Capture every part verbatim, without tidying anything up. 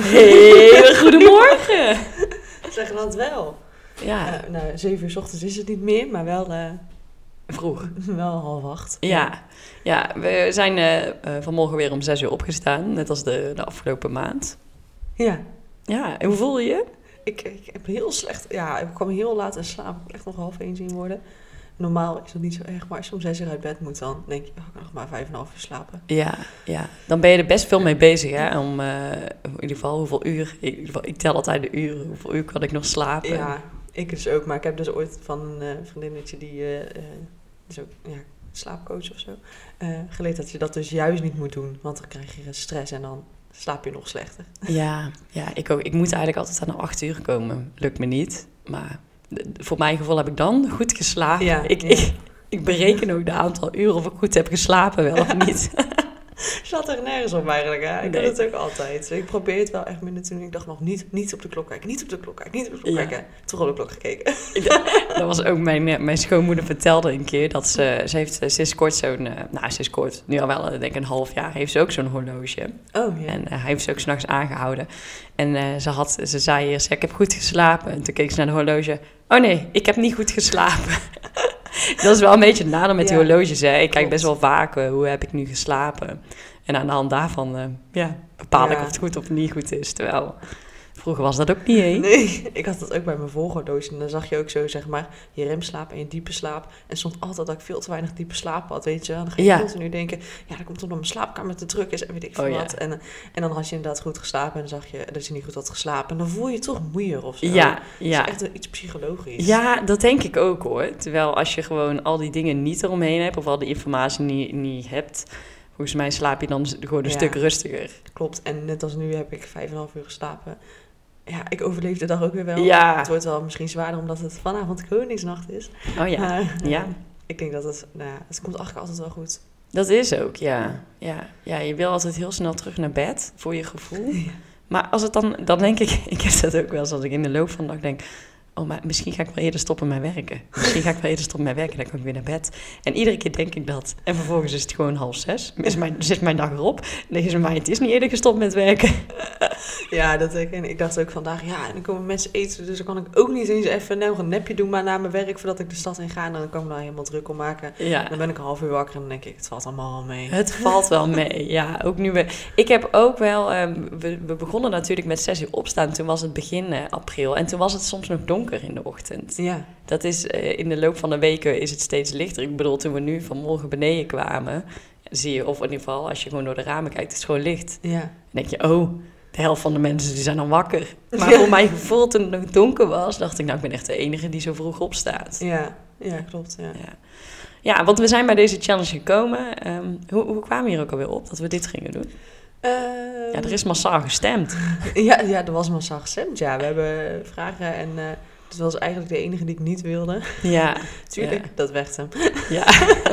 Hele goedemorgen. Zeggen dat wel. Ja. Uh, nou, zeven uur 's ochtends is het niet meer, maar wel uh, vroeg. Wel half acht. Ja, ja we zijn uh, uh, vanmorgen weer om zes uur opgestaan, net als de, de afgelopen maand. Ja. Ja, en hoe voel je je? Ik, ik heb heel slecht... Ja, ik kwam heel laat in slaap. Ik heb echt nog half één zien worden. Normaal is dat niet zo erg, maar als je om zes uur uit bed moet, dan denk je, oh, ik kan nog maar vijf en een half uur slapen. Ja, ja, dan ben je er best veel mee bezig, hè? Om uh, in ieder geval hoeveel uur, in ieder geval, ik tel altijd de uren, hoeveel uur kan ik nog slapen? Ja, ik dus ook, maar ik heb dus ooit van een uh, vriendinnetje die uh, uh, is ook ja, slaapcoach of zo, uh, geleerd dat je dat dus juist niet moet doen, want dan krijg je stress en dan slaap je nog slechter. Ja, ja, ik ook. Ik moet eigenlijk altijd aan de acht uur komen. Lukt me niet, maar voor mijn gevoel heb ik dan goed geslapen. Ja, ik, ja. ik, ik bereken ook de aantal uren of ik goed heb geslapen, wel of niet. Zat er nergens op eigenlijk, hè? Ik Nee. doe het ook altijd. Ik probeer het wel echt minder te doen. Ik dacht nog, niet, niet op de klok kijken, niet op de klok kijken, niet op de klok Ja. kijken. Toch op de klok gekeken. Dat was ook mijn, mijn schoonmoeder vertelde een keer dat ze, ze heeft sinds kort zo'n, nou sinds kort, nu al wel denk ik een half jaar, heeft ze ook zo'n horloge. Oh ja. En uh, hij heeft ze ook 's nachts aangehouden. En uh, ze, had, ze zei eerst, ik heb goed geslapen. En toen keek ze naar de horloge. Oh nee, ik heb niet goed geslapen. Dat is wel een beetje het nadeel met Ja, die horloges. Hè. Ik kijk klopt. best wel vaak, uh, hoe heb ik nu geslapen? En aan de hand daarvan uh, ja, bepaal ik Ja. of het goed of niet goed is. Terwijl, vroeger was dat ook niet, hè? Nee, ik had dat ook bij mijn voorhorloge. En dan zag je ook zo, zeg maar, je remslaap en je diepe slaap. En stond altijd dat ik veel te weinig diepe slaap had, weet je. En dan ga je Ja. continu denken, ja, dat komt omdat mijn slaapkamer te druk is en weet ik veel Oh, ja. wat. En, en dan had je inderdaad goed geslapen en dan zag je dat je niet goed had geslapen. En dan voel je je toch moeier of zo. Ja, Dat ja. is echt iets psychologisch. Ja, dat denk ik ook hoor. Terwijl als je gewoon al die dingen niet eromheen hebt of al die informatie niet, niet hebt, volgens mij slaap je dan gewoon een Ja. stuk rustiger. Klopt. En net als nu heb ik vijf en een half uur geslapen. Ja, ik overleef de dag ook weer wel. Ja. Het wordt wel misschien zwaarder omdat het vanavond Koningsnacht is. Oh ja, Maar, eh, ja. ik denk dat het, nou ja, het komt eigenlijk altijd wel goed. Dat is ook, ja. ja. Ja, je wil altijd heel snel terug naar bed, voor je gevoel. Ja. Maar als het dan, dan denk ik, ik heb dat ook wel eens als ik in de loop van de dag denk, oh, maar misschien ga ik wel eerder stoppen met werken. Misschien ga ik wel eerder stoppen met werken, dan kan ik weer naar bed. En iedere keer denk ik dat. En vervolgens is het gewoon half zes. Is mijn, zit mijn dag erop. En dan is mij, het is niet eerder gestopt met werken. Ja, dat ik, en ik dacht ook vandaag, ja, en dan komen mensen eten, dus dan kan ik ook niet eens even nog een nepje doen, maar na mijn werk voordat ik de stad in ga, en dan kan ik me daar helemaal druk om maken. Ja. Dan ben ik een half uur wakker en dan denk ik, het valt allemaal wel mee. Het valt wel mee, ja. Ook nu we, ik heb ook wel... Um, we, we begonnen natuurlijk met zes uur opstaan. Toen was het begin uh, april. En toen was het soms nog donker in de ochtend. Ja, Dat is uh, in de loop van de weken is het steeds lichter. Ik bedoel, toen we nu vanmorgen beneden kwamen, zie je, of in ieder geval als je gewoon door de ramen kijkt, het is gewoon licht. ja. Dan denk je, oh, de helft van de mensen die zijn al wakker. Maar Ja. voor mijn gevoel, toen het nog donker was, dacht ik, nou, ik ben echt de enige die zo vroeg opstaat. Ja, ja, klopt, ja. Ja. Ja, want we zijn bij deze challenge gekomen. Um, hoe, hoe kwamen we hier ook alweer op dat we dit gingen doen? Ehm, Ja, er is massaal gestemd. ja, ja, er was massaal gestemd, ja. We hebben vragen en uh, het was eigenlijk de enige die ik niet wilde. Ja, Tuurlijk, ja. dat werd hem. Ja.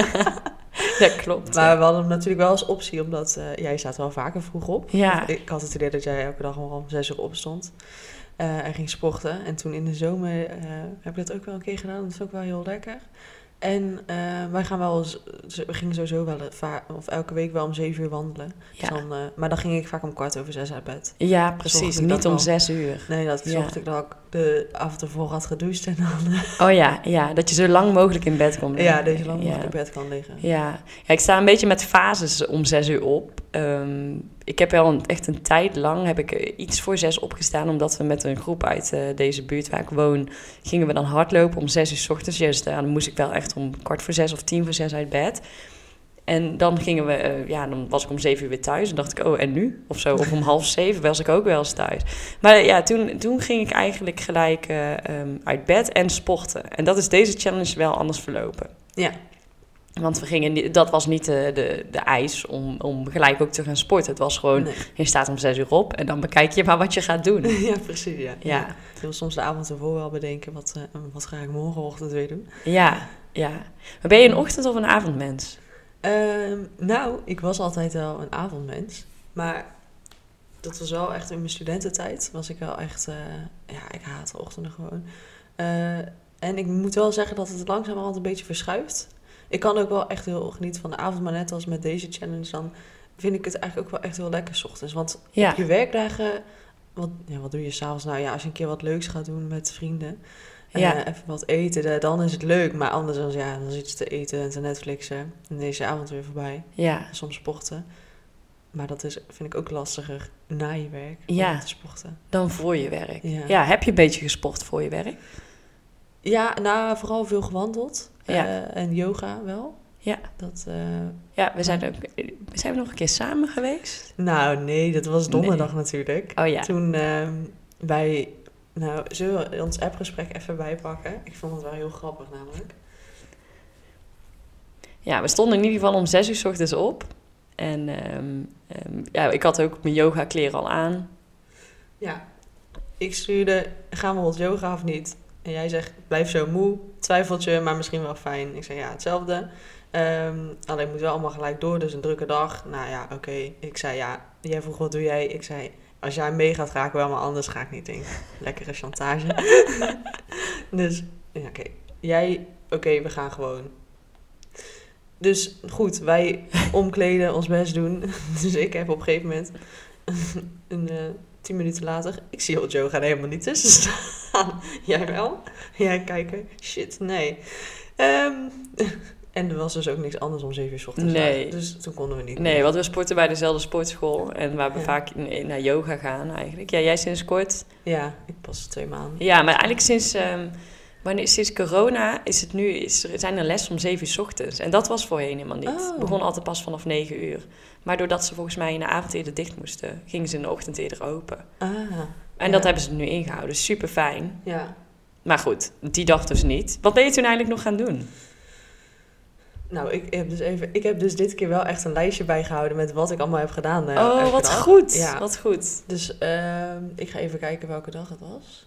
Dat klopt. Maar ja. we hadden hem natuurlijk wel als optie, omdat uh, jij staat wel vaker vroeg op. Ja. Of ik had het idee dat jij elke dag al om zes uur opstond uh, en ging sporten. En toen in de zomer uh, heb ik dat ook wel een keer gedaan. Dat is ook wel heel lekker. En uh, wij gaan wel, eens- we gingen sowieso wel va- of elke week wel om zeven uur wandelen. Ja. Dus dan, uh, maar dan ging ik vaak om kwart over zes uit bed. Ja, precies. Zorgde ik Niet dat om wel. zes uur. Nee, dat Ja. zorgde ik dat ik de avond ervoor had gedoucht en dan uh, Oh ja, ja, dat je zo lang mogelijk in bed komt. ja, deze lang ja. mogelijk in bed kan liggen. Ja. ja, ik sta een beetje met fases om zes uur op. Um, ik heb wel een, echt een tijd lang, heb ik uh, iets voor zes opgestaan, omdat we met een groep uit uh, deze buurt waar ik woon, gingen we dan hardlopen om zes uur 's ochtends. Dus uh, dan moest ik wel echt om kwart voor zes of tien voor zes uit bed. En dan gingen we, uh, ja, dan was ik om zeven uur weer thuis. En dacht ik, oh, en nu? Of zo. Of om half zeven was ik ook wel eens thuis. Maar uh, ja, toen, toen ging ik eigenlijk gelijk uh, um, uit bed en sporten. En dat is deze challenge wel anders verlopen. Ja. Want we gingen, niet- dat was niet de, de, de eis om, om gelijk ook te gaan sporten. Het was gewoon, Nee. je staat om zes uur op en dan bekijk je maar wat je gaat doen. Ja, precies, ja. Ja, Ik wil soms de avond ervoor wel bedenken, wat, uh, wat ga ik morgenochtend weer doen? ja, ja. Maar ben je een ochtend- of een avondmens? Ehm, nou, ik was altijd wel een avondmens. Maar dat was wel echt in mijn studententijd. Was ik wel echt... Uh, ja, ik haat de ochtenden gewoon. Uh, en ik moet wel zeggen dat het langzamerhand een beetje verschuift. Ik kan ook wel echt heel genieten van de avond. Maar net als met deze challenge, dan vind ik het eigenlijk ook wel echt heel lekker 's ochtends. Want Ja. op je werkdagen wat, ja, wat doe je s'avonds? Nou ja, als je een keer wat leuks gaat doen met vrienden. Ja. Uh, even wat eten, dan is het leuk. Maar anders dan, ja, dan zit je te eten en te Netflixen. En deze avond weer voorbij. Ja. En soms sporten. Maar dat is, vind ik ook lastiger na je werk. Ja. Om te sporten. Dan voor je werk. Ja. Ja, heb je een beetje gesport voor je werk? Ja, nou, vooral veel gewandeld. Ja. Uh, en yoga wel. Ja. Dat, uh, ja, we zijn ook... Zijn we nog een keer samen geweest? Nou, nee, dat was donderdag nee. natuurlijk. Oh ja. Toen uh, wij... Nou, zullen we ons appgesprek even bijpakken? Ik vond het wel heel grappig namelijk. Ja, we stonden in ieder geval om zes uur 's ochtends op. En um, um, ja, ik had ook mijn yoga kleren al aan. Ja, ik stuurde, gaan we wat yoga of niet? En jij zegt, blijf zo moe, twijfeltje, maar misschien wel fijn. Ik zei, ja, hetzelfde. Um, alleen moet wel allemaal gelijk door, dus een drukke dag. Nou ja, oké. Okay. Ik zei, ja, jij vroeg, wat doe jij? Ik zei, als jij meegaat, ga ik wel, maar anders ga ik niet, denk ik. Lekkere chantage. Dus, ja, oké. Okay. Jij, oké, okay, we gaan gewoon. Dus goed, wij omkleden, ons best doen. Dus ik heb op een gegeven moment, een, uh, tien minuten later, ik zie Hot Yoga er helemaal niet tussen staan. Jij wel? Jij kijken? Shit, nee. Um, en er was dus ook niks anders om zeven uur 's ochtends. Nee. Uit, dus toen konden we niet Nee, meer. want we sporten bij dezelfde sportschool. En waar we Ja. vaak naar yoga gaan eigenlijk. Ja, jij sinds kort. Ja, ik pas twee maanden. Ja, maar eigenlijk sinds... Um, Wanneer, sinds corona is het nu, is er, zijn er lessen om zeven uur 's ochtends. En dat was voorheen helemaal niet. Het Oh. begon altijd pas vanaf negen uur. Maar doordat ze volgens mij in de avond eerder dicht moesten, gingen ze in de ochtend eerder open. Ah, En ja. dat hebben ze nu ingehouden. Super fijn. Ja. Maar goed, die dag dus niet. Wat ben je toen eigenlijk nog gaan doen? Nou, ik heb dus even, ik heb dus dit keer wel echt een lijstje bijgehouden met wat ik allemaal heb gedaan. Uh, oh, elke wat dag. goed. Ja. Wat goed. Dus uh, ik ga even kijken welke dag het was.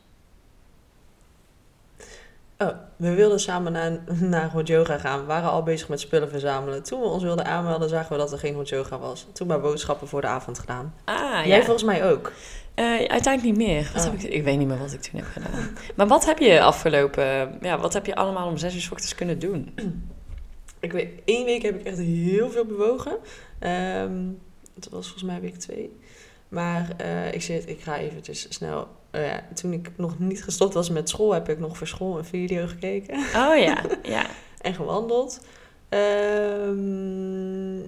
Oh, we wilden samen naar, naar Hot Yoga gaan. We waren al bezig met spullen verzamelen. Toen we ons wilden aanmelden, zagen we dat er geen Hot Yoga was. Toen maar boodschappen voor de avond gedaan. Ah, Jij ja. volgens mij ook. Uh, uiteindelijk niet meer. Wat Oh. heb ik, ik weet niet meer wat ik toen heb gedaan. Maar wat heb je afgelopen... Ja, wat heb je allemaal om zes uur 's ochtends kunnen doen? Ik weet, één week heb ik echt heel veel bewogen. Um, dat was volgens mij week twee. Maar uh, ik, zit, ik ga eventjes snel... Uh, ja, toen ik nog niet gestopt was met school, heb ik nog voor school een video gekeken. Oh ja, ja. En gewandeld. Um,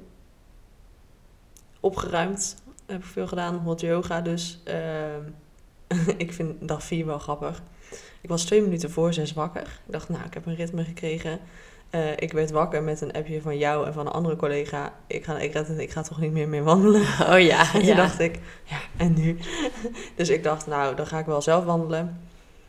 opgeruimd. Heb ik veel gedaan. Hot yoga dus. Um, ik vind dag vier wel grappig. Ik was twee minuten voor zes wakker. Ik dacht, nou, ik heb een ritme gekregen. Uh, ik werd wakker met een appje van jou en van een andere collega. Ik ga, ik, ga, ik ga toch niet meer mee wandelen. Oh ja, En toen ja. dacht ik, ja, en nu? Dus ik dacht, nou, dan ga ik wel zelf wandelen.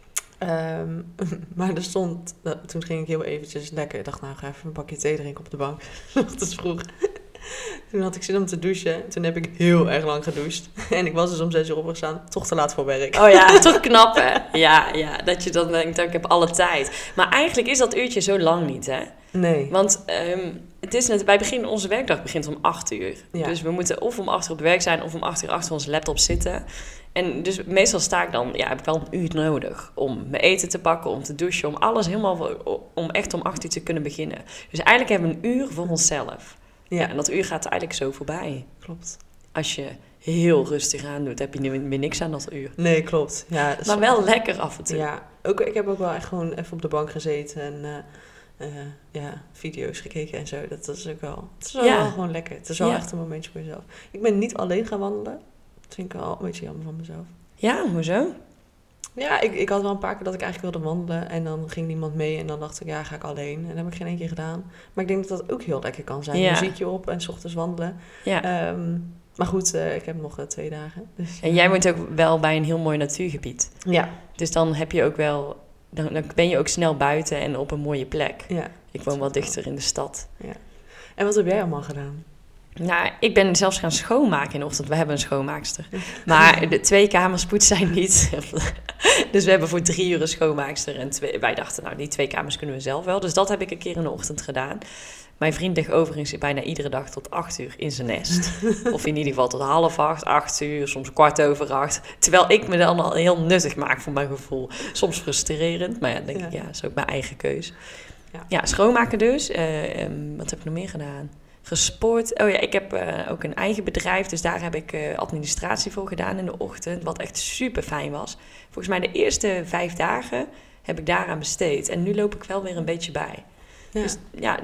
Um, maar er stond, toen ging ik heel eventjes lekker. Ik dacht, nou, ga even een bakje thee drinken op de bank. Dat is vroeg. Toen had ik zin om te douchen. Toen heb ik heel erg lang gedoucht. En ik was dus om zes uur opgestaan. Toch te laat voor werk. Oh ja, toch knap hè? Ja, ja, dat je dan denkt, ik heb alle tijd. Maar eigenlijk is dat uurtje zo lang niet hè? Nee. Want um, het is net, wij beginnen, onze werkdag begint om acht uur. Ja. Dus we moeten of om acht uur op werk zijn of om acht uur achter onze laptop zitten. En dus meestal sta ik dan, ja, heb ik wel een uur nodig om mijn eten te pakken, om te douchen, om alles helemaal, om echt om acht uur te kunnen beginnen. Dus eigenlijk hebben we een uur voor onszelf. Ja, ja en dat uur gaat eigenlijk zo voorbij. Klopt. Als je heel rustig aan doet, heb je nu meer niks aan dat uur. Nee, klopt. Ja, maar wel lekker af en toe. Ja, ook, ik heb ook wel echt gewoon even op de bank gezeten en uh, uh, ja, video's gekeken en zo. Dat, dat is ook wel, het is wel, Ja. wel gewoon lekker. Het is wel Ja. echt een momentje voor jezelf. Ik ben niet alleen gaan wandelen. Dat vind ik wel een beetje jammer van mezelf. Ja, hoezo? Ja, ik, ik had wel een paar keer dat ik eigenlijk wilde wandelen en dan ging niemand mee en dan dacht ik, ja, ga ik alleen. En dat heb ik geen één keer gedaan. Maar ik denk dat dat ook heel lekker kan zijn. Ja. Muziekje op en 's ochtends wandelen. Ja. Um, maar goed, uh, ik heb nog uh, twee dagen. Dus, En jij woont ook wel bij een heel mooi natuurgebied. ja. Dus dan heb je ook wel, dan, dan ben je ook snel buiten en op een mooie plek. Ja. Ik woon wel dichter in de stad. Ja. En wat heb jij allemaal gedaan? Nou, ik ben zelfs gaan schoonmaken in de ochtend. We hebben een schoonmaakster. Maar de twee kamers poetsen zijn niet. Dus we hebben voor drie uur een schoonmaakster. En twee, wij dachten, nou, die twee kamers kunnen we zelf wel. Dus dat heb ik een keer in de ochtend gedaan. Mijn vriend ligt overigens bijna iedere dag tot acht uur in zijn nest. Of in ieder geval tot half acht, acht uur, soms kwart over acht. Terwijl ik me dan al heel nuttig maak voor mijn gevoel. Soms frustrerend, maar ja, dan denk ik, ja, dat is ook mijn eigen keus. Ja, ja schoonmaken dus. Uh, um, wat heb ik nog meer gedaan? gesport. Oh ja, ik heb uh, ook een eigen bedrijf, dus daar heb ik uh, administratie voor gedaan in de ochtend, wat echt super fijn was. Volgens mij de eerste vijf dagen heb ik daaraan besteed. En nu loop ik wel weer een beetje bij. Ja. Dus ja,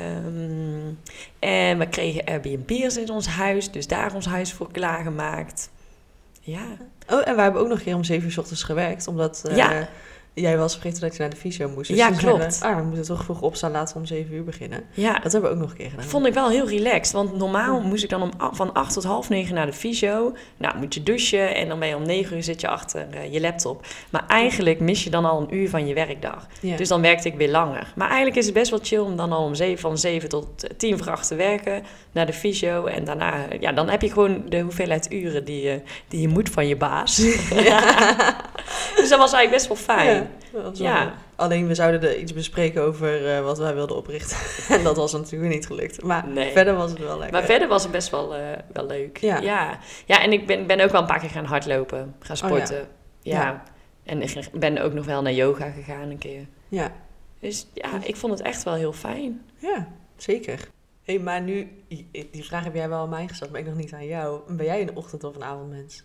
um, en we kregen Airbnb'ers in ons huis, dus daar ons huis voor klaargemaakt. Ja. Oh, en we hebben ook nog een keer om zeven uur 's ochtends gewerkt, omdat uh, ja. jij was vergeten dat je naar de fysio moest. Dus ja, klopt. We, ah, we moeten toch vroeg opstaan, laten we om zeven uur beginnen. Ja. Dat hebben we ook nog een keer gedaan. Vond ik wel heel relaxed, want normaal ja. moest ik dan om, van acht tot half negen naar de fysio. Nou, moet je douchen en dan ben je om negen uur zit je achter uh, je laptop. Maar eigenlijk mis je dan al een uur van je werkdag. Ja. Dus dan werkte ik weer langer. Maar eigenlijk is het best wel chill om dan al om zeven, van zeven tot tien voor acht te werken, naar de fysio. En daarna, ja, dan heb je gewoon de hoeveelheid uren die je, die je moet van je baas. Ja. Dus dat was eigenlijk best wel fijn. Ja, dat ja. Wel. Alleen we zouden er iets bespreken over uh, wat wij wilden oprichten. En dat was natuurlijk niet gelukt. Maar nee. verder was het wel lekker. Maar verder was het best wel, uh, wel leuk. Ja. Ja. Ja, en ik ben, ben ook wel een paar keer gaan hardlopen. Gaan sporten. Oh, ja. Ja. ja. En ik ben ook nog wel naar yoga gegaan een keer. Ja. Dus ja, ik vond het echt wel heel fijn. Ja, zeker. Hé, hey, maar nu, die vraag heb jij wel aan mij gesteld, maar ik nog niet aan jou. Ben jij een ochtend- of een avondmens?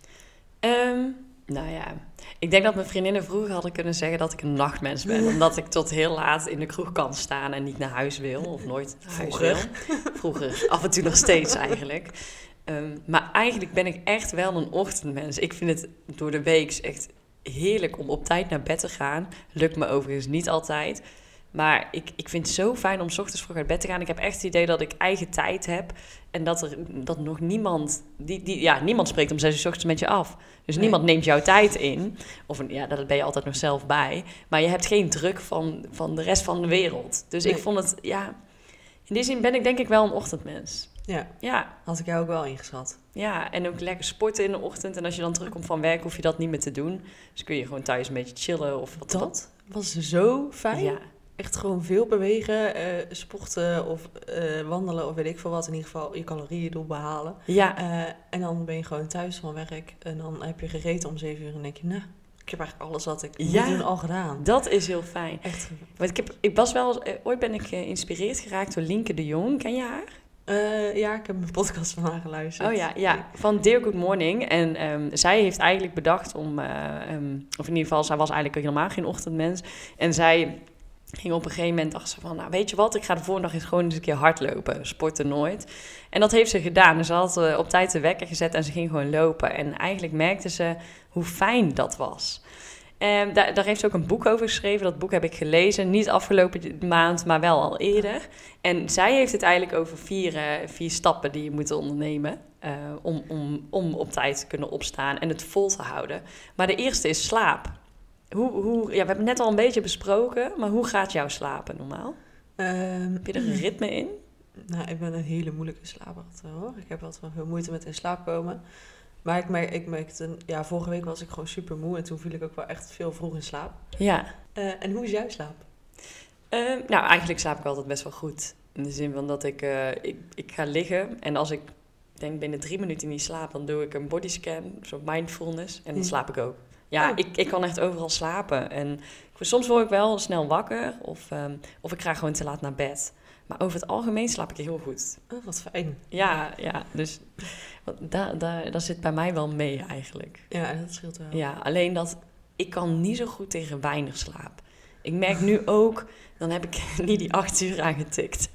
Um, nou ja, ik denk dat mijn vriendinnen vroeger hadden kunnen zeggen dat ik een nachtmens ben. Omdat ik tot heel laat in de kroeg kan staan en niet naar huis wil. Of nooit naar huis vroeger. wil. Vroeger. Af en toe nog steeds eigenlijk. Um, maar eigenlijk ben ik echt wel een ochtendmens. Ik vind het door de week echt heerlijk om op tijd naar bed te gaan. Lukt me overigens niet altijd. Maar ik, ik vind het zo fijn om 's ochtends vroeg uit bed te gaan. Ik heb echt het idee dat ik eigen tijd heb. En dat er dat nog niemand... Die, die, ja, niemand spreekt om zes uur 's ochtends met je af. Dus nee. Niemand neemt jouw tijd in. Of ja, daar ben je altijd nog zelf bij. Maar je hebt geen druk van, van de rest van de wereld. Dus nee. Ik vond het... Ja, in die zin ben ik denk ik wel een ochtendmens. Ja, ja. Had ik jou ook wel ingeschat. Ja, en ook lekker sporten in de ochtend. En als je dan terugkomt van werk, hoef je dat niet meer te doen. Dus kun je gewoon thuis een beetje chillen. Of wat dat wat. was zo fijn. Ja. Echt gewoon veel bewegen, uh, sporten of uh, wandelen of weet ik veel wat. In ieder geval je calorieëndoel behalen. Ja. Uh, en dan ben je gewoon thuis van werk. En dan heb je gegeten om zeven uur en denk je, nou, ik heb eigenlijk alles wat ik ja, moet doen al gedaan. Dat is heel fijn. Echt. Want ik, heb, ik was wel, uh, ooit ben ik geïnspireerd geraakt door Lienke de Jong. Ken je haar? Uh, ja, ik heb een podcast van haar geluisterd. Oh ja, ja. Van Dear Good Morning. En um, zij heeft eigenlijk bedacht om, uh, um, of in ieder geval, zij was eigenlijk helemaal geen ochtendmens. En zij... ging op een gegeven moment, dacht ze van, nou weet je wat, ik ga de volgende dag eens gewoon eens een keer hardlopen. Sporten nooit. En dat heeft ze gedaan. Dus ze had uh, op tijd de wekker gezet en ze ging gewoon lopen. En eigenlijk merkte ze hoe fijn dat was. En daar, daar heeft ze ook een boek over geschreven. Dat boek heb ik gelezen. Niet afgelopen maand, maar wel al eerder. En zij heeft het eigenlijk over vier, uh, vier stappen die je moet ondernemen. Uh, om, om, om op tijd te kunnen opstaan en het vol te houden. Maar de eerste is slaap. Hoe, hoe, ja, we hebben het net al een beetje besproken, maar hoe gaat jouw slapen normaal? Um, heb je er een ritme in? Nou, ik ben een hele moeilijke slaper, hoor. Ik heb altijd wel veel moeite met in slaap komen. Maar ik, merk, ik merkte, ja, vorige week was ik gewoon super moe en toen viel ik ook wel echt veel vroeg in slaap. Ja. Uh, en hoe is jouw slaap? Uh, nou, eigenlijk slaap ik altijd best wel goed. In de zin van dat ik, uh, ik, ik ga liggen en als ik denk binnen drie minuten niet slaap, dan doe ik een bodyscan, zo'n mindfulness en dan ja. slaap ik ook. Ja, oh. ik, ik kan echt overal slapen. En soms word ik wel snel wakker of, um, of ik ga gewoon te laat naar bed. Maar over het algemeen slaap ik heel goed. Oh, wat fijn. Ja, ja, dus daar da, da zit bij mij wel mee eigenlijk. Ja, dat scheelt wel. Ja, alleen dat ik kan niet zo goed tegen weinig slaap. Ik merk nu ook, dan heb ik niet die acht uur aangetikt.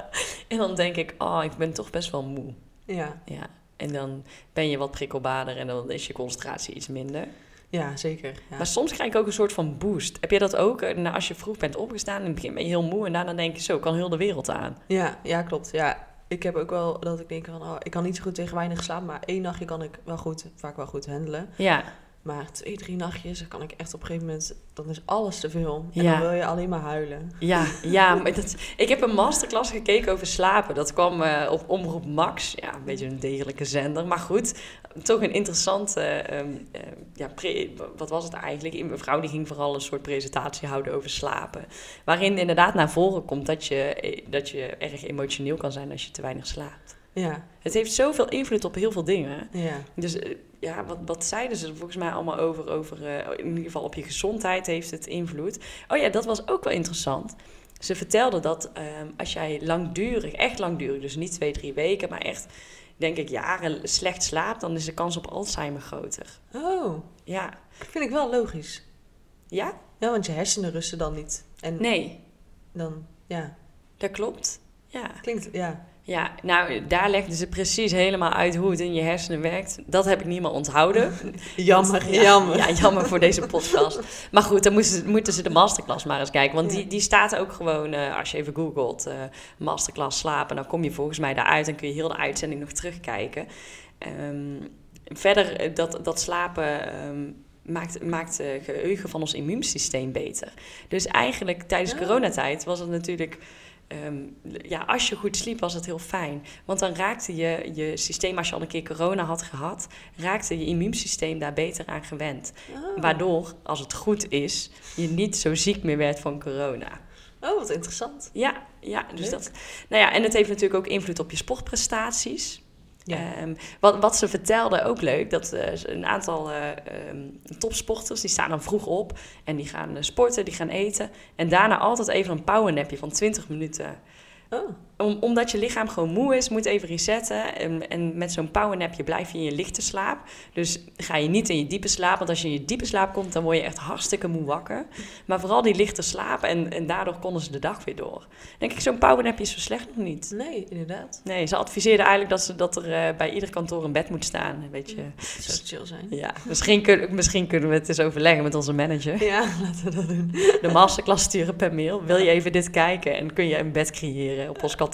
En dan denk ik, oh, ik ben toch best wel moe. Ja. Ja. En dan ben je wat prikkelbaarder en dan is je concentratie iets minder. Ja, zeker. Ja. Maar soms krijg ik ook een soort van boost. Heb je dat ook? Nou, als je vroeg bent opgestaan, in het begin ben je heel moe en daarna denk je zo, kan heel de wereld aan. Ja, ja, klopt. Ja, ik heb ook wel dat ik denk van, oh, ik kan niet zo goed tegen weinig slaap, maar één nachtje kan ik wel goed, vaak wel goed handelen. Ja. Maar twee, drie nachtjes, dan kan ik echt op een gegeven moment, dan is alles te veel. En ja. dan wil je alleen maar huilen. Ja, ja maar dat, ik heb een masterclass gekeken over slapen. Dat kwam uh, op Omroep Max. Ja, een beetje een degelijke zender. Maar goed, toch een interessante, um, uh, ja, pre, wat was het eigenlijk? Een vrouw die ging vooral een soort presentatie houden over slapen. Waarin inderdaad naar voren komt dat je, dat je erg emotioneel kan zijn als je te weinig slaapt. Ja. Het heeft zoveel invloed op heel veel dingen. Ja. Dus uh, ja, wat, wat zeiden ze er volgens mij allemaal over? over uh, in ieder geval op je gezondheid heeft het invloed. Oh ja, dat was ook wel interessant. ze vertelde dat um, als jij langdurig, echt langdurig, dus niet twee, drie weken, maar echt, denk ik, jaren slecht slaapt, dan is de kans op Alzheimer groter. Oh, Ja. vind ik wel logisch. Ja? Ja, want je hersenen rusten dan niet. En Nee, dan, ja, dat klopt. Ja. klinkt, ja. Ja, nou, daar legden ze precies helemaal uit hoe het in je hersenen werkt. Dat heb ik niet meer onthouden. Jammer, Ja, jammer. Ja, jammer voor deze podcast. Maar goed, dan moeten ze, moeten ze de masterclass maar eens kijken. Want Ja. die, die staat ook gewoon, uh, als je even googelt, uh, masterclass slapen, dan kom je volgens mij daaruit en kun je heel de uitzending nog terugkijken. Um, verder, dat, dat slapen um, maakt, maakt het geheugen van ons immuunsysteem beter. Dus eigenlijk tijdens Oh. coronatijd was het natuurlijk... Um, ja, als je goed sliep was het heel fijn. Want dan raakte je je systeem, als je al een keer corona had gehad, raakte je immuunsysteem daar beter aan gewend. Oh. Waardoor, als het goed is, je niet zo ziek meer werd van corona. Oh, wat interessant. Ja, ja, dus Leuk. dat. Nou ja, en het heeft natuurlijk ook invloed op je sportprestaties. Ja. Um, wat, wat ze vertelde, ook leuk, dat uh, een aantal uh, um, topsporters, die staan dan vroeg op en die gaan uh, sporten, die gaan eten. En daarna altijd even een powernapje van twintig minuten. Oh. Om, omdat je lichaam gewoon moe is, moet even resetten. En, en met zo'n powernapje blijf je in je lichte slaap. Dus ga je niet in je diepe slaap. Want als je in je diepe slaap komt, dan word je echt hartstikke moe wakker. Maar vooral die lichte slaap. En, en daardoor konden ze de dag weer door. Denk ik, zo'n powernapje is zo slecht nog niet. Nee, inderdaad. Nee, ze adviseerden eigenlijk dat, ze, dat er uh, bij ieder kantoor een bed moet staan. Weet je. Het zou chill zijn. Ja, misschien, kun, misschien kunnen we het eens overleggen met onze manager. Ja, laten we dat doen. De masterclass sturen per mail. Wil je even dit kijken? En kun je een bed creëren op ons kantoor?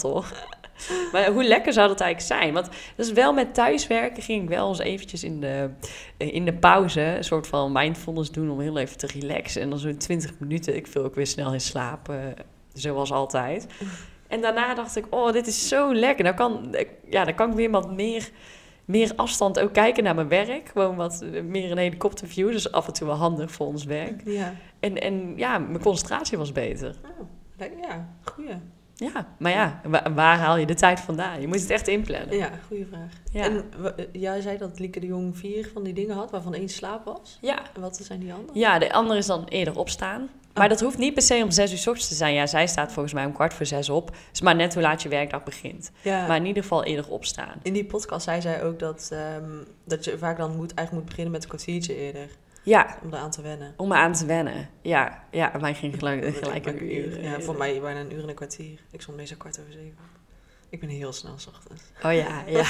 Maar hoe lekker zou dat eigenlijk zijn? Want dus wel met thuiswerken ging ik wel eens eventjes in de, in de pauze een soort van mindfulness doen om heel even te relaxen. En dan zo'n twintig minuten, ik viel ook weer snel in slaap, uh, zoals altijd. En daarna dacht ik, oh, dit is zo lekker. Nou kan, ja, dan kan ik weer wat meer, meer afstand ook kijken naar mijn werk. Gewoon wat meer een helikopterview, dus af en toe wel handig voor ons werk. Ja. En, en ja, mijn concentratie was beter. Oh, lekker, ja, goeie. Ja, maar ja, waar, waar haal je de tijd vandaan? Je moet het echt inplannen. Ja, goede vraag. Ja. En w- jij zei dat Lieke de Jong vier van die dingen had, waarvan één slaap was. Ja. En wat zijn die andere? Ja, de andere is dan eerder opstaan. Maar Oh. dat hoeft niet per se om zes uur 's ochtends te zijn. Ja, zij staat volgens mij om kwart voor zes op. Dus maar net hoe laat je werkdag begint. Ja. Maar in ieder geval eerder opstaan. In die podcast zei zij ook dat, um, dat je vaak dan moet, eigenlijk moet beginnen met een kwartiertje eerder. Ja, Om eraan te wennen. om aan te wennen. Ja, ja, mij ging gelijk, gelijk een uur. Ja, voor mij bijna een uur en een kwartier. Ik stond meestal kwart over zeven op. Ik ben heel snel 's ochtends. Oh ja, ja.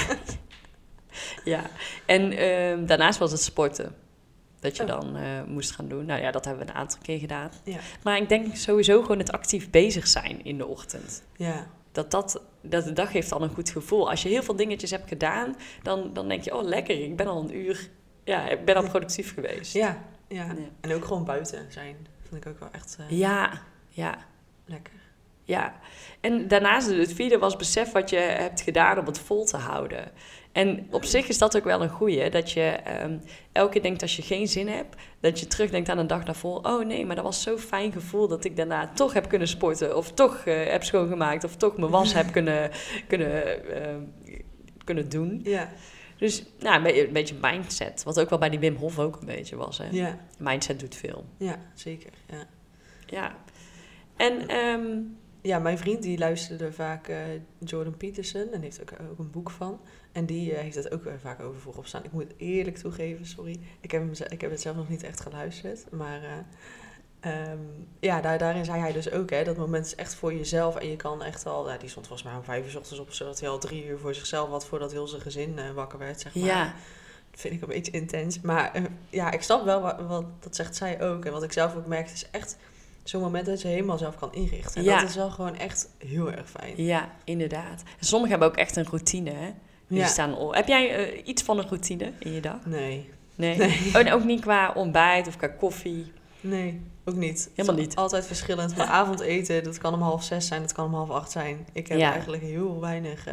Ja, en um, daarnaast was het sporten. Dat je Oh. dan uh, moest gaan doen. Nou ja, dat hebben we een aantal keer gedaan. Ja. Maar ik denk sowieso gewoon het actief bezig zijn in de ochtend. Ja. Dat, dat, dat de dag geeft dan een goed gevoel. Als je heel veel dingetjes hebt gedaan, dan, dan denk je, oh lekker, ik ben al een uur, ja, ik ben al productief geweest. Ja. Ja. Ja. En ook gewoon buiten zijn. Vind ik ook wel echt uh, Ja, ja, lekker. ja. En daarnaast, het vierde was besef wat je hebt gedaan om het vol te houden. En op zich is dat ook wel een goeie, dat je um, elke keer denkt als je geen zin hebt, dat je terugdenkt aan een dag daarvoor. Oh nee, maar dat was zo'n fijn gevoel dat ik daarna toch heb kunnen sporten, of toch uh, heb schoongemaakt, of toch mijn was heb kunnen, kunnen, uh, kunnen doen. Ja. Dus nou, een beetje mindset, wat ook wel bij die Wim Hof ook een beetje was. Hè? Ja. Mindset doet veel. Ja, zeker. Ja. Ja. En um, ja, mijn vriend die luisterde vaak uh, Jordan Peterson en heeft ook, ook een boek van. En die uh, heeft het ook uh, vaak over voorop staan. Ik moet eerlijk toegeven, sorry. Ik heb, hem, ik heb het zelf nog niet echt geluisterd. Maar uh, um, ja, daar, daarin zei hij dus ook, hè, dat moment is echt voor jezelf. En je kan echt al, ja, die stond volgens mij om vijf uur 's ochtends op, zodat hij al drie uur voor zichzelf had voordat heel zijn gezin uh, wakker werd, zeg maar. ja. Dat vind ik een beetje intens. Maar uh, ja, ik snap wel wat, wat, dat zegt zij ook. En wat ik zelf ook merk, is echt zo'n moment dat je helemaal zelf kan inrichten. En Ja. dat is wel gewoon echt heel erg fijn. Ja, inderdaad. En sommigen hebben ook echt een routine, hè? Die Ja. staan op. Heb jij uh, iets van een routine in je dag? Nee. Nee? Nee. Oh, en ook niet qua ontbijt of qua koffie? Nee, ook niet. Helemaal Het is niet. Altijd verschillend. Mijn avondeten, dat kan om half zes zijn, dat kan om half acht zijn. Ik heb Ja. eigenlijk heel weinig uh,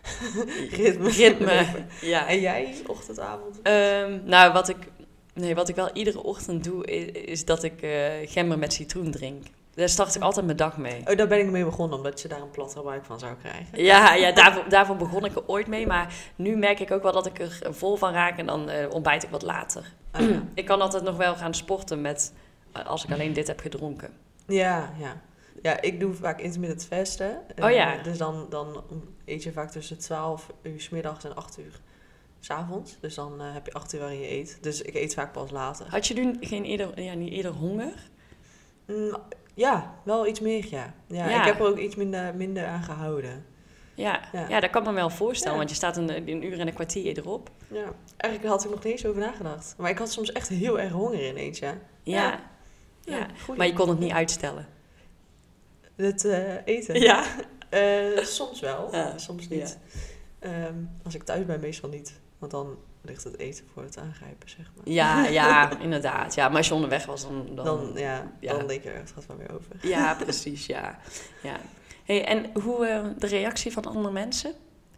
ritme. Ritme, ja. En jij, ochtend, avond? Um, nou, wat ik, nee, wat ik wel iedere ochtend doe, is, is dat ik uh, gember met citroen drink. Daar start ik altijd mijn dag mee. Oh, daar ben ik mee begonnen, omdat je daar een plat gebruik van zou krijgen. Ja, ja daarvoor, daarvoor begon ik er ooit mee. Maar nu merk ik ook wel dat ik er vol van raak en dan uh, ontbijt ik wat later. Oh, ja. Ik kan altijd nog wel gaan sporten met, uh, als ik alleen dit heb gedronken. Ja, ja. Ja, ik doe vaak intermittent fasten. Oh ja. Uh, dus dan, dan eet je vaak tussen twaalf uur 's middags en acht uur 's avonds. Dus dan uh, heb je acht uur waarin je eet. Dus ik eet vaak pas later. Had je nu geen eerder, ja, niet eerder honger? Mm, ja, wel iets meer, ja. ja. Ja. Ik heb er ook iets minder, minder aan gehouden. Ja, ja. Ja. ja, dat kan me wel voorstellen, Ja. want je staat een, een uur en een kwartier erop. Ja, eigenlijk had ik nog niet eens over nagedacht. Maar ik had soms echt heel erg honger ineens, ja. Ja, Ja. ja. Ja, goeie. Maar je kon het niet uitstellen. Het uh, eten? Ja. Uh, soms wel, Ja. soms niet. Ja. Um, als ik thuis ben, meestal niet. Want dan ligt het eten voor het aangrijpen, zeg maar. Ja, ja, inderdaad. Ja, maar als je onderweg was, dan... Dan, dan, ja, ja. dan denk je, het gaat wel weer over. Ja, precies, ja. ja. Hey, en hoe uh, de reactie van andere mensen?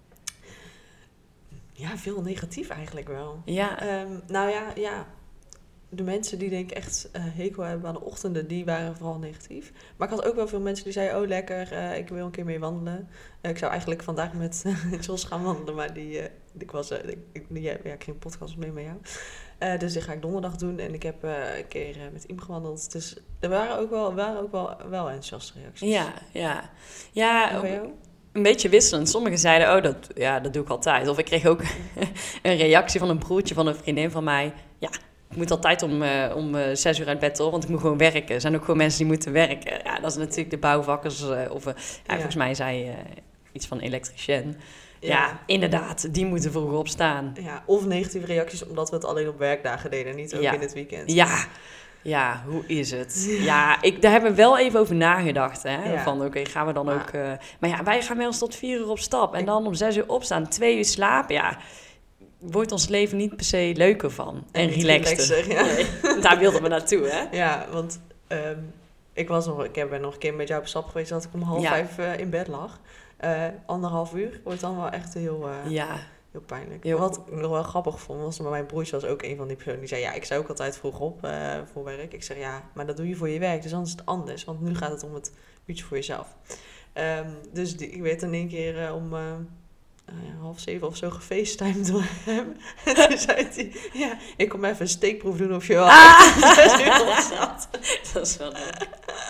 Ja, veel negatief eigenlijk wel. Ja. Um, nou ja, ja. De mensen die denk ik echt uh, hekel hebben aan de ochtenden, die waren vooral negatief. Maar ik had ook wel veel mensen die zeiden, oh lekker, uh, ik wil een keer mee wandelen. Uh, ik zou eigenlijk vandaag met uh, Jos gaan wandelen, maar die, uh, ik was, uh, ik, die, ja, ik ging een podcast opnemen met jou. Uh, dus die ga ik donderdag doen en ik heb uh, een keer uh, met Iem gewandeld. Dus er waren ook wel, waren ook wel, wel enthousiaste reacties. Ja, ja. Ja, en bij jou? Een beetje wisselend. Sommigen zeiden, oh, dat, ja, dat doe ik altijd. Of ik kreeg ook een reactie van een broertje van een vriendin van mij. Ja, ik moet altijd om, uh, om uh, zes uur uit bed op, want ik moet gewoon werken. Er zijn ook gewoon mensen die moeten werken. Ja, dat is natuurlijk de bouwvakkers. Uh, of, uh, ja, ja. Volgens mij zei uh, iets van elektricien. Ja. ja, inderdaad, die moeten vroeg opstaan. Ja, of negatieve reacties omdat we het alleen op werkdagen deden, niet ook ja. in het weekend. Ja, ja, hoe is het? Ja, ik, daar hebben we wel even over nagedacht. Hè? Ja. Van, oké, okay, gaan we dan ja. ook... Uh, maar ja, wij gaan wel eens tot vier uur op stap. En ik... dan om zes uur opstaan, twee uur slapen. Ja, wordt ons leven niet per se leuker van. En, en relaxter. Ja. Nee, daar wilden we naartoe, hè? Ja, want um, ik, was nog, ik ben nog een keer met jou op stap geweest... dat ik om half ja. vijf uh, in bed lag. Uh, anderhalf uur wordt dan wel echt heel... Uh, ja. Heel pijnlijk. Heel Wat ik nog wel grappig vond, was mijn broertje was ook een van die personen die zei... ja, ik sta ook altijd vroeg op uh, voor werk. Ik zeg, ja, maar dat doe je voor je werk, dus dan is het anders. Want nu gaat het om het uurtje voor jezelf. Um, dus die, ik werd in één keer uh, om uh, uh, half zeven of zo gefacetimed door hem. En toen zei hij, ja, ik kom even een steekproef doen of je wel ah! zat. Dat is wel leuk.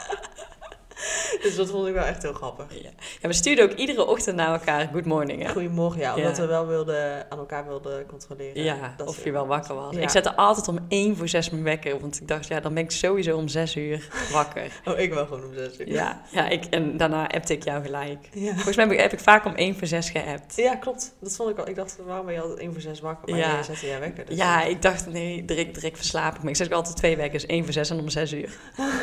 Dus dat vond ik wel echt heel grappig. Ja, ja we stuurden ook iedere ochtend naar elkaar good morning. Hè? Goedemorgen, ja. Omdat ja. we wel wilden, aan elkaar wilden controleren. Ja, dat of je wel wakker was. Ja. Ik zette altijd om één voor zes mijn wekker. Want ik dacht, ja, dan ben ik sowieso om zes uur wakker. Oh, ik wel gewoon om zes uur. Ja, ja ik, en daarna appte ik jou gelijk. Ja. Volgens mij heb ik vaak om één voor zes geappt. Ja, klopt. Dat vond ik al. Ik dacht, waarom ben je altijd één voor zes wakker? Maar ja. je zette jij wekker. Dus ja, ik dacht, nee, direct, direct verslaap ik me. Ik zet ook altijd twee wekkers, één voor zes en om zes uur.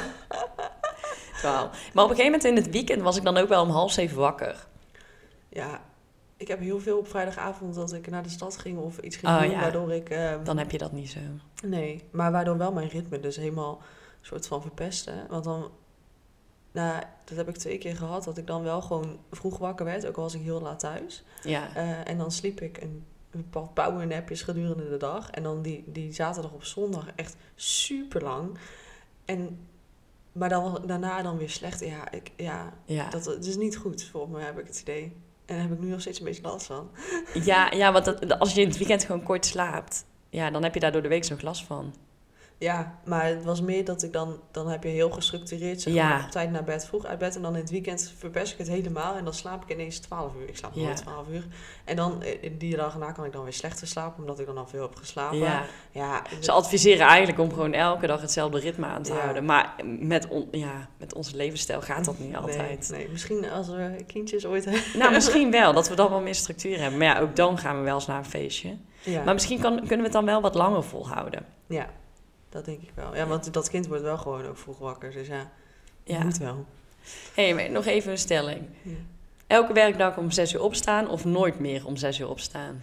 Wow. Maar op een gegeven moment in het weekend was ik dan ook wel om half zeven wakker. Ja, ik heb heel veel op vrijdagavond dat ik naar de stad ging of iets ging oh, doen, ja. waardoor ik... Um, dan heb je dat niet zo. Nee, maar waardoor wel mijn ritme dus helemaal een soort van verpestte. Want dan, nou, dat heb ik twee keer gehad, dat ik dan wel gewoon vroeg wakker werd, ook al was ik heel laat thuis. Ja. Uh, en dan sliep ik een, een paar powernapjes gedurende de dag. En dan die, die zaterdag op zondag echt super lang. En... Maar dan, daarna dan weer slecht. Ja, ik, ja, ja. Dat, dat is niet goed voor me, heb ik het idee. En daar heb ik nu nog steeds een beetje last van. Ja, ja want dat, als je in het weekend gewoon kort slaapt... Ja, dan heb je daar door de week nog last van. Ja, maar het was meer dat ik dan... Dan heb je heel gestructureerd, zeg maar, ja. op tijd naar bed, vroeg uit bed. En dan in het weekend verpest ik het helemaal. En dan slaap ik ineens twaalf uur. Ik slaap nooit ja. twaalf uur. En dan, in die dag erna kan ik dan weer slechter slapen... omdat ik dan al veel heb geslapen. Ja. Ja, Ze adviseren eigenlijk om gewoon elke dag hetzelfde ritme aan te ja. houden. Maar met, on, ja, met onze levensstijl gaat dat niet altijd. Nee, nee, misschien als we kindjes ooit hebben. Nou, misschien wel. Dat we dan wel meer structuur hebben. Maar ja, ook dan gaan we wel eens naar een feestje. Ja. Maar misschien kan, kunnen we het dan wel wat langer volhouden. Ja. Dat denk ik wel. Ja, want dat kind wordt wel gewoon ook vroeg wakker. Dus ja, ja. moet wel. Hé, hey, nog even een stelling. Ja. Elke werkdag om zes uur opstaan of nooit meer om zes uur opstaan?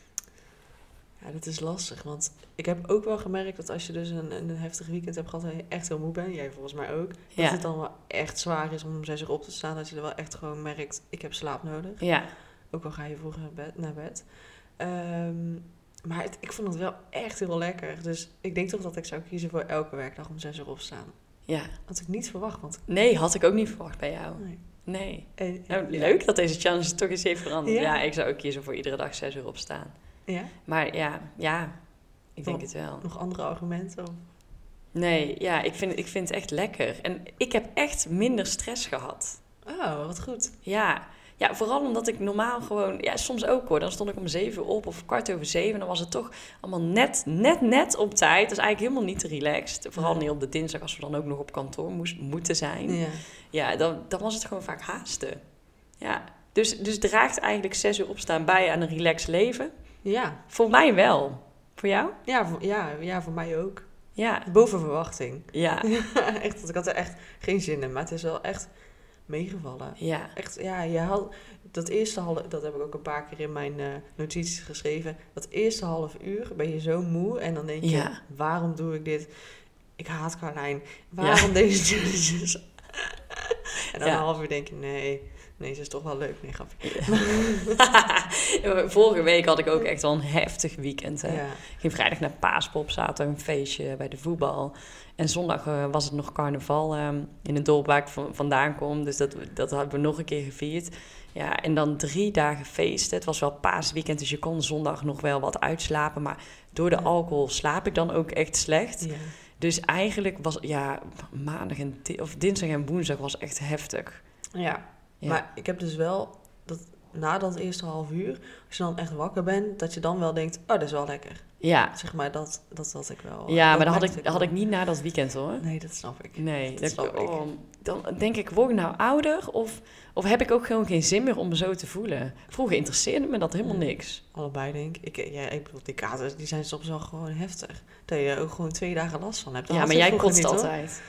Ja, dat is lastig. Want ik heb ook wel gemerkt dat als je dus een, een heftig weekend hebt gehad... en je echt heel moe bent, jij volgens mij ook... Ja. dat het dan wel echt zwaar is om om zes uur op te staan. Dat je er wel echt gewoon merkt, ik heb slaap nodig. Ja. Ook al ga je vroeger naar bed. Naar bed. Um, Maar het, ik vond het wel echt heel lekker. Dus ik denk toch dat ik zou kiezen voor elke werkdag om zes uur opstaan. Ja. Had ik niet verwacht. Want... Nee, had ik ook niet verwacht bij jou. Nee. Nee. En, nou, leuk ja. dat deze challenge toch eens heeft veranderd. Ja. ja, ik zou ook kiezen voor iedere dag zes uur opstaan. Ja? Maar ja, ja ik denk nog, het wel. Nog andere argumenten? Of? Nee, ja, ik vind, ik vind het echt lekker. En ik heb echt minder stress gehad. Oh, wat goed. Ja, ja, vooral omdat ik normaal gewoon... Ja, soms ook hoor. Dan stond ik om zeven op of kwart over zeven. Dan was het toch allemaal net, net, net op tijd. Dat is eigenlijk helemaal niet te relaxed. Vooral niet op de dinsdag als we dan ook nog op kantoor moest, moeten zijn. Ja. Ja, dan, dan was het gewoon vaak haasten. Ja, dus, dus draagt eigenlijk zes uur opstaan bij aan een relaxed leven? Ja. Voor mij wel. Voor jou? Ja, voor, ja, ja, voor mij ook. Ja. Boven verwachting. Ja. echt, want ik had er echt geen zin in. Maar het is wel echt meegevallen. Ja. Echt, ja, je had dat eerste half... Dat heb ik ook een paar keer in mijn uh, notities geschreven. Dat eerste half uur ben je zo moe. En dan denk je, Ja. waarom doe ik dit? Ik haat Carlijn. Waarom Ja. deze challenges? En dan Ja. een half uur denk je, nee... Nee, ze is toch wel leuk. Nee, grapje. Ja. Vorige week had ik ook echt wel een heftig weekend. Hè. Ja. Ik ging vrijdag naar Paaspop, zaterdag een feestje bij de voetbal. En zondag uh, was het nog carnaval um, in het dorp waar ik v- vandaan kom. Dus dat, dat hebben we nog een keer gevierd. Ja, en dan drie dagen feesten. Het was wel paasweekend, dus je kon zondag nog wel wat uitslapen. Maar door de Ja. alcohol slaap ik dan ook echt slecht. Ja. Dus eigenlijk was, ja, maandag en di- of dinsdag en woensdag was echt heftig. Ja. Ja. Maar ik heb dus wel dat na dat eerste half uur, als je dan echt wakker bent, dat je dan wel denkt, oh, dat is wel lekker. Ja, Zeg maar, dat dat, dat ik wel. ja dat maar dat had merkte ik, had wel. ik niet na dat weekend hoor. Nee, dat snap ik. Nee, Dat dat snap ik. oh, dan denk ik, word ik nou ouder? Of, of heb ik ook gewoon geen zin meer om me zo te voelen? Vroeger interesseerde me dat helemaal Ja. niks. Allebei denk ik. ik. Ja, ik bedoel, die katers, die zijn soms wel gewoon heftig. Dat je ook gewoon twee dagen last van hebt. Dat Ja, had maar ik jij vroeger kotst niet, hoor. altijd.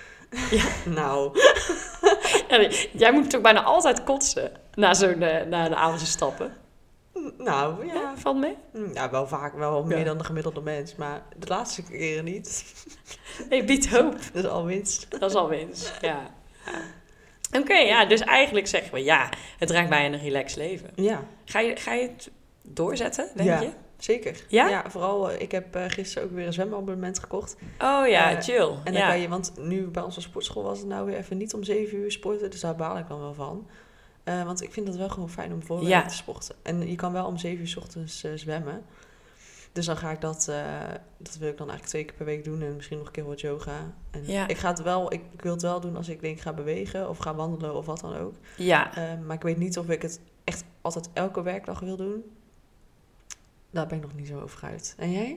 Nou, Ja, nee, jij moet toch bijna altijd kotsen na zo'n uh, na de avondje stappen? nou, Ja, ja. valt mee? Ja, wel vaak, wel meer Ja. dan de gemiddelde mens. Maar de laatste keren niet. Nee, biedt hoop. Dat is al winst. Dat is al winst, ja. ja. Oké, okay, ja, dus eigenlijk zeggen we ja, het draagt bij aan een relaxed leven. Ja, Ga je, ga je het doorzetten, denk Ja. je? zeker. Ja? vooral, eh, ik heb uh, gisteren ook weer een zwemabonnement gekocht. Oh ja, Uh, chill. En dan ja. kan je, want nu bij onze sportschool was het nou weer even niet om zeven uur sporten. Dus daar baal ik dan wel van. Uh, want ik vind het wel gewoon fijn om voor Ja. te sporten. En je kan wel om zeven uur 's ochtends uh, zwemmen. Dus dan ga ik dat, uh, dat wil ik dan eigenlijk twee keer per week doen. En misschien nog een keer wat yoga. En Ja. ik ga het wel, ik, ik wil het wel doen als ik denk ga bewegen of ga wandelen of wat dan ook. Ja. Uh, maar ik weet niet of ik het echt altijd elke werkdag wil doen. Daar ben ik nog niet zo over uit. En jij?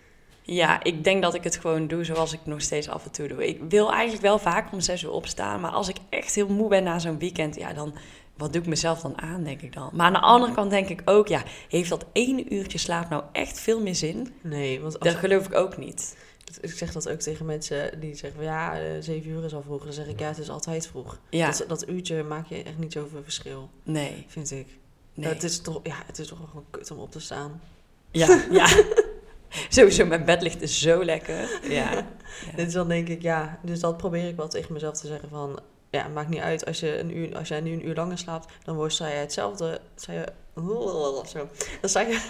Ja, ik denk dat ik het gewoon doe zoals ik nog steeds af en toe doe. Ik wil eigenlijk wel vaak om zes uur opstaan. Maar als ik echt heel moe ben na zo'n weekend, ja, dan wat doe ik mezelf dan aan, denk ik dan. Maar aan de andere kant denk ik ook, ja, heeft dat één uurtje slaap nou echt veel meer zin? Nee, want als Dat geloof ik ook niet. ik zeg dat ook tegen mensen die zeggen van ja, uh, zeven uur is al vroeg. Dan zeg ik ja, het is altijd vroeg. Ja. Dat, dat uurtje maak je echt niet zoveel verschil, Nee. vind ik. nee. Uh, het, is toch, ja, het is toch wel gewoon kut om op te staan. Ja, ja. Sowieso, mijn bed ligt dus zo lekker. Ja. Ja. Dus dan denk ik, ja, dus dat probeer ik wel tegen mezelf te zeggen van, ja, het maakt niet uit als je een uur, als jij nu een uur langer slaapt, dan word je hetzelfde, sta je, zo, dan sta je,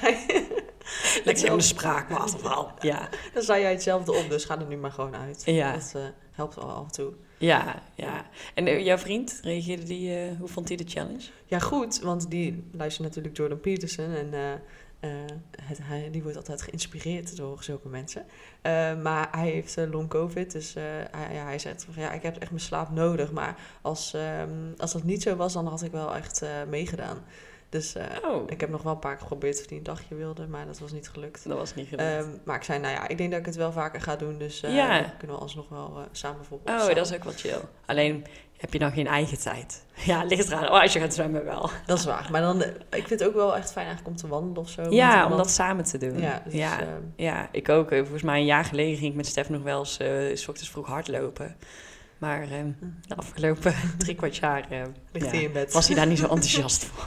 Lekker aan de spraakwaterval. Ja. dan sta jij hetzelfde op, dus ga er nu maar gewoon uit. Ja. Dat uh, helpt wel af en toe. Ja, ja. En uh, jouw vriend, reageerde die, uh, hoe vond hij de challenge? Ja, goed, want die luistert natuurlijk Jordan Peterson en uh, uh, het, hij, die wordt altijd geïnspireerd door zulke mensen. Uh, maar hij heeft uh, long covid, dus uh, hij, ja, hij zegt van ja, ik heb echt mijn slaap nodig. Maar als, um, als dat niet zo was, dan had ik wel echt uh, meegedaan. Dus uh, oh. ik heb nog wel een paar keer geprobeerd of hij een dagje wilde, maar dat was niet gelukt. Dat was niet gelukt. Um, maar ik zei, nou ja, ik denk dat ik het wel vaker ga doen, dus uh, ja. dan kunnen we alsnog wel uh, samen bijvoorbeeld. Oh, samen. dat is ook wel chill. Alleen, heb je dan geen eigen tijd? Ja, ligt eraan. Oh, als je gaat zwemmen wel. Dat is waar. Maar dan, uh, ik vind het ook wel echt fijn eigenlijk om te wandelen of zo. Ja, om dat samen te doen. Ja, dus, ja. Uh, ja, ik ook. Volgens mij een jaar geleden ging ik met Stef nog wel eens uh, 's ochtends vroeg hardlopen. Maar uh, de afgelopen drie kwart jaar uh, ligt ja, hij in bed. was hij daar niet zo enthousiast voor.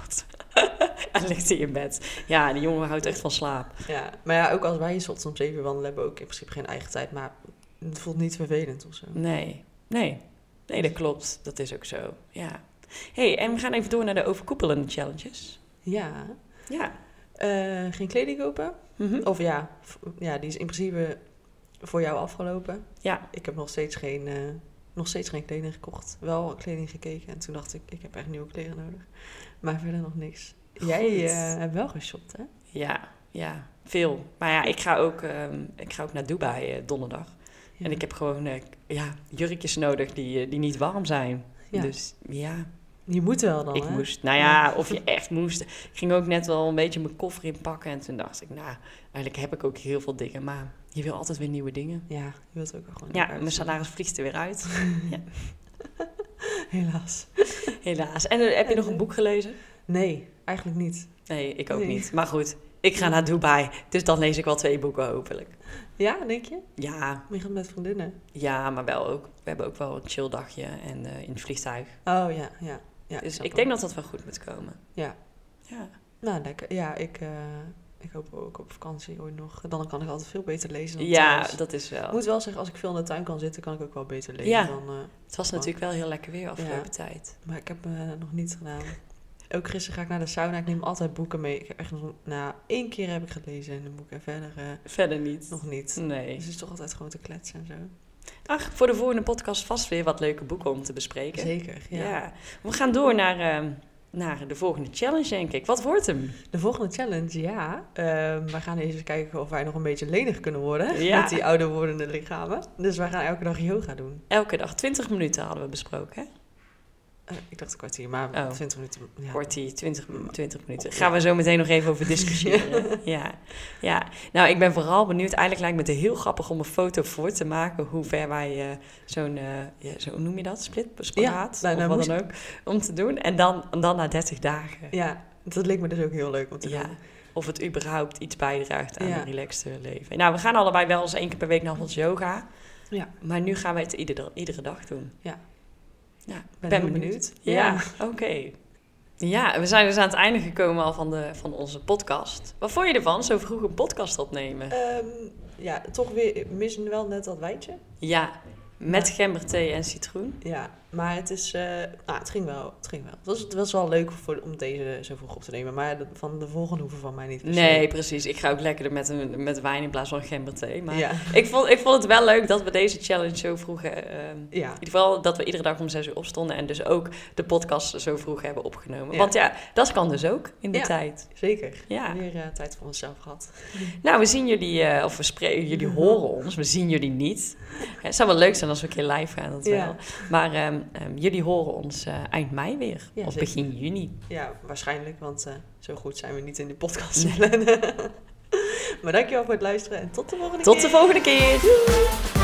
En ligt hij in bed. Ja, die jongen houdt echt van slaap. Ja, maar ja, ook als wij s ochtends om zeven uur wandelen, hebben we ook in principe geen eigen tijd. Maar het voelt niet vervelend of zo. Nee, nee. Nee, dat klopt. Dat is ook zo. Ja. Hey, en we gaan even door naar de overkoepelende challenges. Ja. Ja. Uh, geen kleding kopen? Mm-hmm. Of ja, f- ja, die is in principe voor jou afgelopen. Ja. Ik heb nog steeds geen, uh, nog steeds geen kleding gekocht. Wel kleding gekeken en toen dacht ik, ik heb echt nieuwe kleren nodig. Maar verder nog niks. Goed. Jij uh, hebt wel geshopt, hè? Ja, ja, veel. Maar ja, ik ga ook, um, ik ga ook naar Dubai uh, donderdag. En ik heb gewoon uh, ja, jurkjes nodig die, uh, die niet warm zijn. Ja. Dus ja... Je moet wel dan, Ik hè? moest. Nou ja, of je echt moest. Ik ging ook net wel een beetje mijn koffer inpakken. En toen dacht ik, nou, eigenlijk heb ik ook heel veel dingen. Maar je wil altijd weer nieuwe dingen. Ja, je wilt ook gewoon... Ja, mijn salaris vliegt er weer uit. Ja. Helaas. Helaas. En uh, heb je nog een boek gelezen? Nee, eigenlijk niet. Nee, ik ook Nee. niet. Maar goed, ik ga naar Dubai. Dus dan lees ik wel twee boeken hopelijk. Ja, denk je? Ja, Maar je gaat met vriendinnen. ja, maar wel ook. We hebben ook wel een chill dagje en uh, in het vliegtuig. Oh, ja, ja. ja Dus snap ik wel. denk dat dat wel goed moet komen. Ja. Ja. Nou, lekker. Ja, ik, uh, ik hoop ook op vakantie ooit nog. Dan kan ik altijd veel beter lezen dan Ja, thuis. dat is wel. Ik moet wel zeggen, als ik veel in de tuin kan zitten, kan ik ook wel beter lezen Ja. dan... Uh, Het was natuurlijk wel heel lekker weer afgelopen Ja. tijd. maar ik heb me nog niet gedaan. Ook gisteren ga ik naar de sauna. Ik neem altijd boeken mee. Ik heb echt nog... Nou, één keer heb ik gelezen in een boek. En verder uh, Verder niet. nog niet. Nee. Dus het is toch altijd gewoon te kletsen en zo. Ach, voor de volgende podcast vast weer wat leuke boeken om te bespreken. Zeker, ja. Ja. We gaan door naar, uh, naar de volgende challenge, denk ik. Wat wordt hem? De volgende challenge, ja. Uh, we gaan eens kijken of wij nog een beetje lenig kunnen worden. Ja. Met die ouder wordende lichamen. Dus wij gaan elke dag yoga doen. Elke dag twintig minuten hadden we besproken, hè? Uh, ik dacht een kwartier, maar Oh. twintig minuten. Ja. Kwartier, twintig, twintig minuten. Gaan we zo meteen nog even over discussiëren. ja. ja. Nou, ik ben vooral benieuwd. Eigenlijk lijkt me het heel grappig om een foto voor te maken. Hoe ver wij uh, zo'n, uh, ja, zo, hoe noem je dat? Split, spagaat? Ja, nou, nou, of wat moest dan ook. Om te doen. En dan, dan na dertig dagen. Ja, dat leek me dus ook heel leuk om te Ja. doen. Of het überhaupt iets bijdraagt aan Ja. een relaxte leven. Nou, we gaan allebei wel eens één keer per week naar ons yoga. Ja. Maar nu gaan we het iedere, iedere dag doen. Ja. Ja, Ben, ben heel benieuwd. benieuwd. Ja, ja. Oké. Okay. Ja, we zijn dus aan het einde gekomen al van, de, van onze podcast. Wat vond je ervan, zo vroeg een podcast opnemen? Um, ja, toch weer missen wel net dat wijtje. Ja, met Ja. gemberthee en citroen. Ja, maar het is... Uh, nou, het ging wel. Het ging wel. Het was, het was wel leuk voor, om deze zo vroeg op te nemen. Maar de, van de volgende hoeven van mij niet per se. Nee, precies. Ik ga ook lekkerder met, een, met wijn in plaats van gemberthee. Maar Ja. ik, vond, ik vond het wel leuk dat we deze challenge zo vroeg... Uh, Ja. In ieder geval dat we iedere dag om zes uur opstonden. En dus ook de podcast zo vroeg hebben opgenomen. Ja. Want ja, dat kan dus ook in de Ja. tijd. Zeker. Ja. Weer uh, tijd voor onszelf gehad. Nou, we zien jullie, uh, of we spreken, jullie horen ons. We zien jullie niet. Het zou wel leuk zijn als we een keer live gaan, dat Ja. wel. Maar um, um, jullie horen ons uh, eind mei weer. Ja, of zeker. begin juni. Ja, waarschijnlijk, want uh, zo goed zijn we niet in de podcast te plannen. Maar dankjewel voor het luisteren en tot de volgende Tot keer. de volgende keer. Doei.